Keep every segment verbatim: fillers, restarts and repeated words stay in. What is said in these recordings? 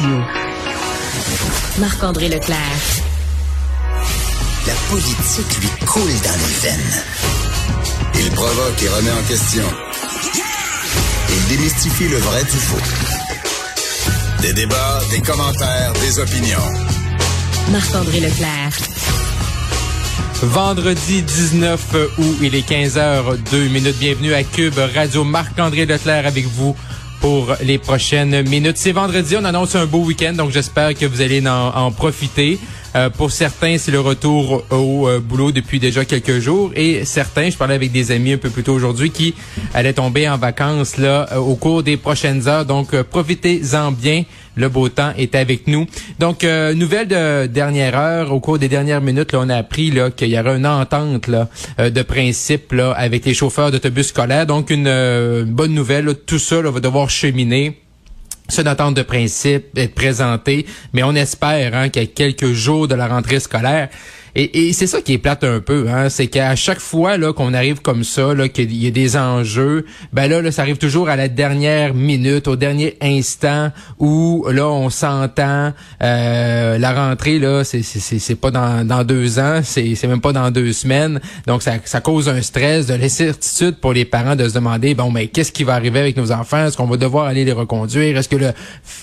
Radio. Marc-André Leclerc. La politique lui coule dans les veines. Il provoque et remet en question. Il démystifie le vrai du faux. Des débats, des commentaires, des opinions. Marc-André Leclerc. Vendredi dix-neuf août, il est quinze heures deux minutes. Bienvenue à Cube Radio. Marc-André Leclerc avec vous pour les prochaines minutes. C'est vendredi, on annonce un beau week-end, donc j'espère que vous allez en, en profiter. Euh, pour certains, c'est le retour au euh, boulot depuis déjà quelques jours, et certains, je parlais avec des amis un peu plus tôt aujourd'hui, qui allaient tomber en vacances là euh, au cours des prochaines heures. Donc, euh, profitez-en bien. Le beau temps est avec nous. Donc, euh, nouvelle de dernière heure, au cours des dernières minutes, là, on a appris là qu'il y aurait une entente là euh, de principe là avec les chauffeurs d'autobus scolaires. Donc, une, euh, une bonne nouvelle. Là, tout ça là, va devoir cheminer. C'est une attente de principe, être présentée, mais on espère hein, qu'il y a quelques jours de la rentrée scolaire. Et, et c'est ça qui est plate un peu, hein, c'est qu'à chaque fois là qu'on arrive comme ça, là qu'il y a des enjeux, ben là, là ça arrive toujours à la dernière minute, au dernier instant où là on s'entend. Euh, la rentrée là, c'est c'est c'est, c'est pas dans dans deux ans, c'est c'est même pas dans deux semaines, donc ça ça cause un stress, de l'incertitude pour les parents de se demander bon mais qu'est-ce qui va arriver avec nos enfants, est-ce qu'on va devoir aller les reconduire, est-ce que le,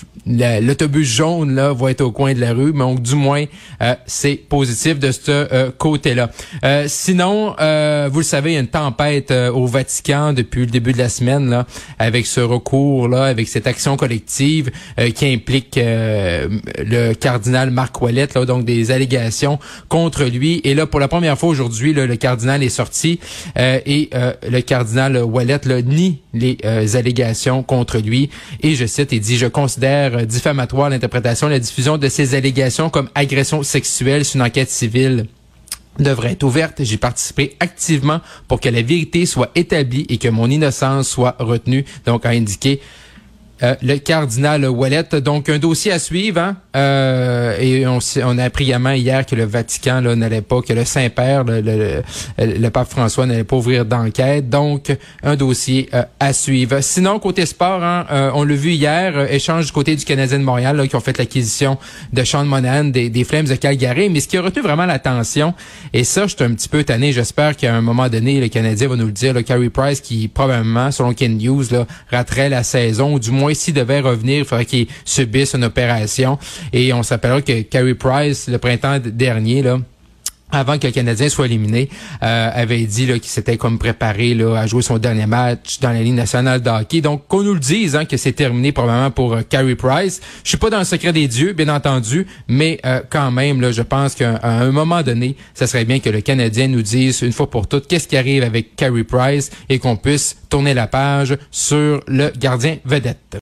le l'autobus jaune là va être au coin de la rue, donc du moins euh, c'est positif de ce euh, côté-là. Euh, sinon, euh, vous le savez, il y a une tempête euh, au Vatican depuis le début de la semaine là, avec ce recours-là, avec cette action collective euh, qui implique euh, le cardinal Marc Ouellet, là, donc des allégations contre lui. Et là, pour la première fois aujourd'hui, là, le cardinal est sorti euh, et euh, le cardinal Ouellet là, nie les euh, allégations contre lui. Et je cite, il dit « Je considère diffamatoire l'interprétation et la diffusion de ces allégations comme agression sexuelle sur une enquête civile devrait être ouverte. J'ai participé activement pour que la vérité soit établie et que mon innocence soit retenue. » Donc, a indiqué euh, le cardinal Ouellet. Donc, un dossier à suivre. Hein? Euh, et on, on a appris également hier que le Vatican là, n'allait pas, que le Saint-Père, le, le, le, le pape François n'allait pas ouvrir d'enquête. Donc, un dossier euh, à suivre. Sinon, côté sport, hein, euh, on l'a vu hier, euh, échange du côté du Canadien de Montréal là, qui ont fait l'acquisition de Sean Monahan des, des Flames de Calgary. Mais ce qui a retenu vraiment l'attention, et ça, je suis un petit peu tanné, j'espère qu'à un moment donné, le Canadien va nous le dire, le Carey Price qui probablement, selon Ken News, là, raterait la saison, ou du moins s'il devait revenir, il faudrait qu'il subisse une opération. Et on s'appellera que Carey Price, le printemps dernier, là, avant que le Canadien soit éliminé, euh, avait dit là qu'il s'était comme préparé là à jouer son dernier match dans la Ligue nationale de hockey. Donc qu'on nous le dise hein, que c'est terminé probablement pour euh, Carey Price. Je suis pas dans le secret des dieux, bien entendu, mais euh, quand même là, je pense qu'à un moment donné, ça serait bien que le Canadien nous dise une fois pour toutes qu'est-ce qui arrive avec Carey Price et qu'on puisse tourner la page sur le gardien vedette.